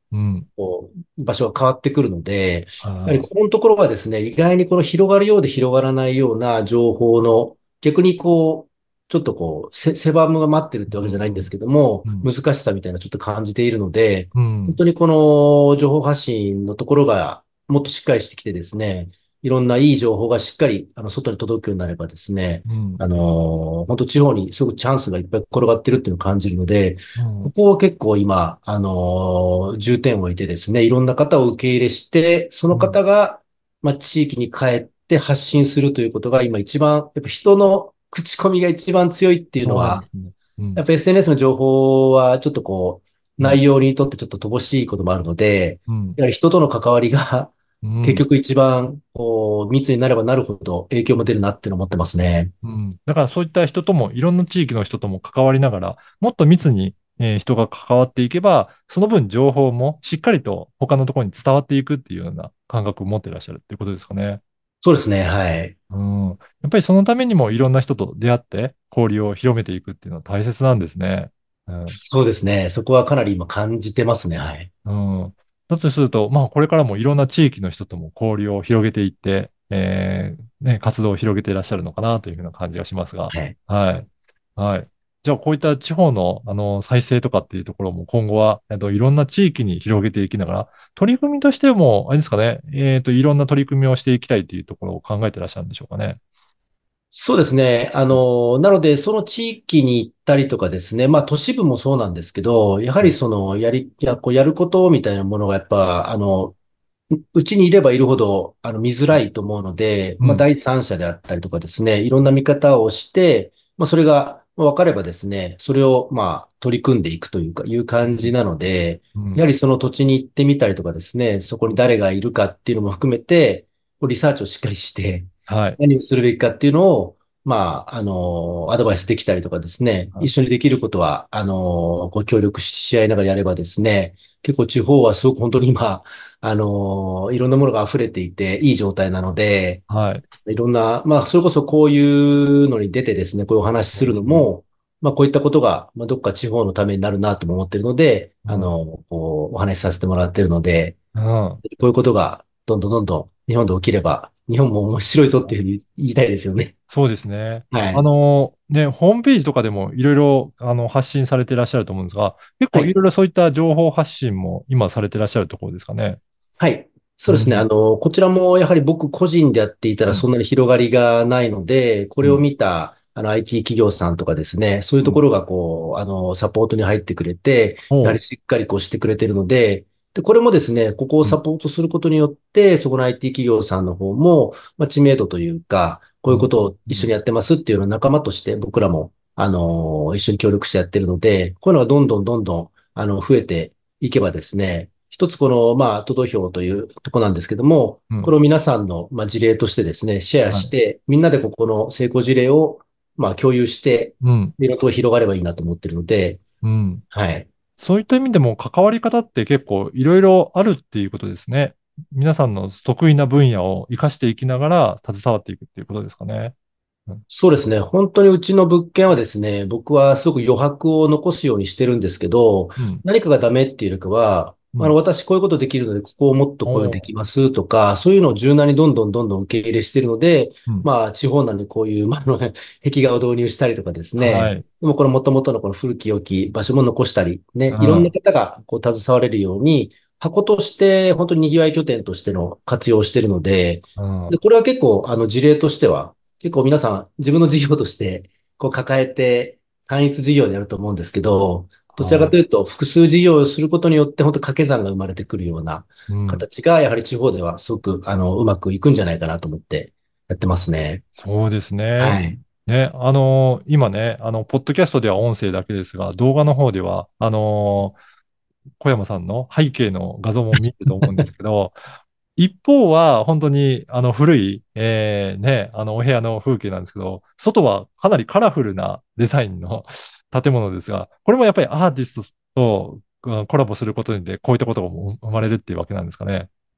うん。 場所が変わってくるので、やはりああ、 ここのところはですね、意外にこの広がるようで広がらないような情報の、逆にちょっと狭間が待ってるってわけじゃないんですけども、 うん。 難しさみたいなのをちょっと感じているので、 うん。 本当にこの情報発信のところがもっとしっかりしてきてですね、いろんないい情報がしっかり、外に届くようになればですね、 うん。 本当地方にすごくチャンスがいっぱい転がってるっていうのを感じるので、 うん。 ここを結構今、重点を置いてですね、いろんな方を受け入れして、そのうん。 方が、地域に帰って発信するということが今一番、やっぱ人の口コミが一番強いっていうのそうなんでは、 すね。うん。 やっぱ SNS の情報はちょっとうん。 内容にとってちょっと乏しいこともあるので、 うん。 やはり人との関わりがうん。 結局一番、密になればなるほど影響も出るなっていうのを思ってますね。 うん。だからそういった人とも、いろんな地域の人とも関わりながら、もっと密に、人が関わっていけば、その分情報もしっかりと他のところに伝わっていくっていうような感覚を持っていらっしゃるっていうことですかね。 そうですね、はい。 うん。やっぱりそのためにもいろんな人と出会って交流を広めていくっていうのは大切なんですね。うん。 そうですね。そこはかなり今感じてますね、はい。 うん。だとすると、まあ、これからもいろんな地域の人とも交流を広げていって、ね、活動を広げていらっしゃるのかなというふうな感じがしますが、 はい。 はい。はい。じゃあ、こういった地方の、再生とかっていうところも今後は、いろんな地域に広げていきながら、取り組みとしても、あれですかね、いろんな取り組みをしていきたいというところを考えていらっしゃるんでしょうかね。 そうですね。なので、その地域に行ったりとかですね。都市部もそうなんですけど、やはりやることみたいなものがやっぱ、うちにいればいるほど、見づらいと思うので、 うん。 第三者であったりとかですね、いろんな見方をして、それが分かればですね、それを、取り組んでいくというか、いう感じなので、 うん。 やはりその土地に行ってみたりとかですね、そこに誰がいるかっていうのも含めて、リサーチをしっかりして、 はい。 何をするべきかっていうのを、アドバイスできたりとかですね、一緒にできることは、協力し合いながらやればですね、結構地方はすごく本当に今、いろんなものが溢れていて、いい状態なので、 はい。 いろんな、それこそこういうのに出てですね、こういうお話しするのうんも、こういったことが、どっか地方のためになるなとも思ってるので、 うん。 お話しさせてもらってるので、 うん。 こういうことが、どんどんどんどん日本で起きれば、日本も面白いぞっていうふうに言いたいですよね。 そうですね。 はい。 ね、ホームページとかでもいろいろ、発信されていらっしゃると思うんですが、結はい。 構いろいろそういった情報発信も今されていらっしゃるところですかね。 はい。そうですね。 うん。 こちらもやはり僕個人でやっていたうん。 らそんなに広がりがないので、これをうん。 見たIT 企業さんとかですね、そういううん。 ところがサポートに入ってくれて、やはりおう。 しっかりしてくれてるので、で、これもですね、ここをうん。 サポートすることによって、そこの IT 企業さんの方も、知名度というか、こううん。 いうことをうん。 一緒にやってますっていうような仲間として僕らも、一緒に協力してやってるので、こういうのがどんどんどんどん、増えていけばですね、一つ都度票というとこなんですけども、 うん。 これを皆さんの、事例としてですね、シェアはい。 して、みんなでここの成功事例を、共有して、 うん。 いろんなところ広がればいいなと思ってるので、 うん。 はい。 そういった意味でも関わり方って結構いろいろあるっていうことですね。皆さんの得意な分野を活かしていきながら携わっていくっていうことですかね。うん。 そうですね。本当にうちの物件はですね、僕はすごく余白を残すようにしてるんですけど、 うん。 何かがダメっていうよりかは、 うん。 私こういうことできるので、ここをもっとこういうのでおう。 きますとか、そういうのを柔軟にどんどんどんどん受け入れしてるので、 うん。 地方なのにこういう、壁画を導入したりとかですね。 はい。 でもこの元々のこの古き良き場所も残したり、ね、いろんなうん。 方が携われるように、箱として本当に賑わい拠点としての活用をしているので、 うん。 で、これは結構事例としては、結構皆さん自分の事業として抱えて単一事業でやると思うんですけど、どちらかはい。 というと複数事業をすることによって本当掛け算が生まれてくるようなうん。 形がやはり地方ではすごくうまくいくんじゃないかなと思ってやってますね。 そうですね。 はい。 ね、今ね、ポッドキャストでは音声だけですが、動画の方では、小山さんの背景の画像も見ると思うんですけど、一方は本当に古い、ね、お部屋の風景なんですけど、外はかなりカラフルなデザインの建物ですが、これもやっぱりアーティストとコラボすることでこういったことが生まれるっていうわけなんですかね。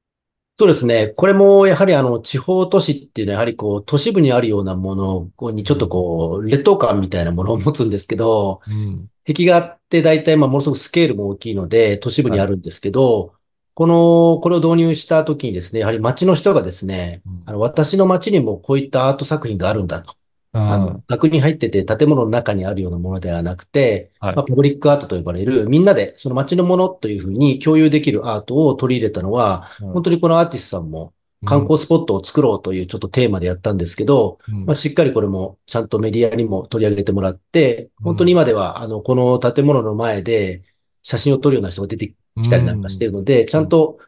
そうですね。これもやはり地方都市っていうのはやはり都市部にあるようなものにちょっとうん。 劣等感みたいなものを持つんですけど、 うん。 壁画って大体ものすごくスケールも大きいので都市部にはい。 あるんですけど、これを導入した時にですね、やはり街の人がですね、 うん。 私の街にもこういったアート作品があるんだと。 あ額に入ってて建物の中にあるようなものではなくて、 あ、はい。 パブリックアートと呼ばれる、みんなでその街のものというふうに共有できるアートを取り入れたのは、 うん。 本当にこのアーティストさんもうん。 観光スポットを作ろうというちょっとテーマでやったんですけど、 うん。 しっかりこれもちゃんとメディアにも取り上げてもらって、本当にうん。 今では、この建物の前で写真を撮るような人が出てうきたりなんかしていん。 るので、ちうん。 ゃんと、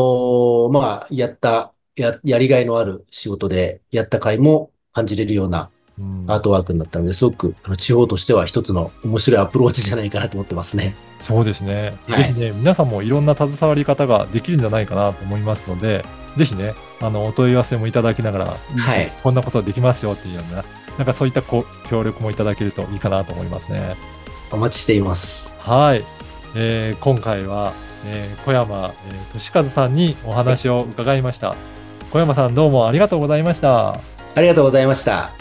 やりがいのある仕事でやった甲斐も感じれるようなうん。 アートワークになったので、すごく地方としては一つの面白いアプローチじゃないかなと思ってますね。 そうですね。 はい。 ぜひね、皆さんもいろんな携わり方ができるんじゃないかなと思いますので、ぜひね、お問い合わせもいただきながら、 はい。 こんなことできますよっていうような、なんかそういった協力もいただけるといいかなと思いますね。 お待ちしています。 はい。今回は、小山、俊和さんにおはい。 話を伺いました。小山さんどうもありがとうございました。 ありがとうございました。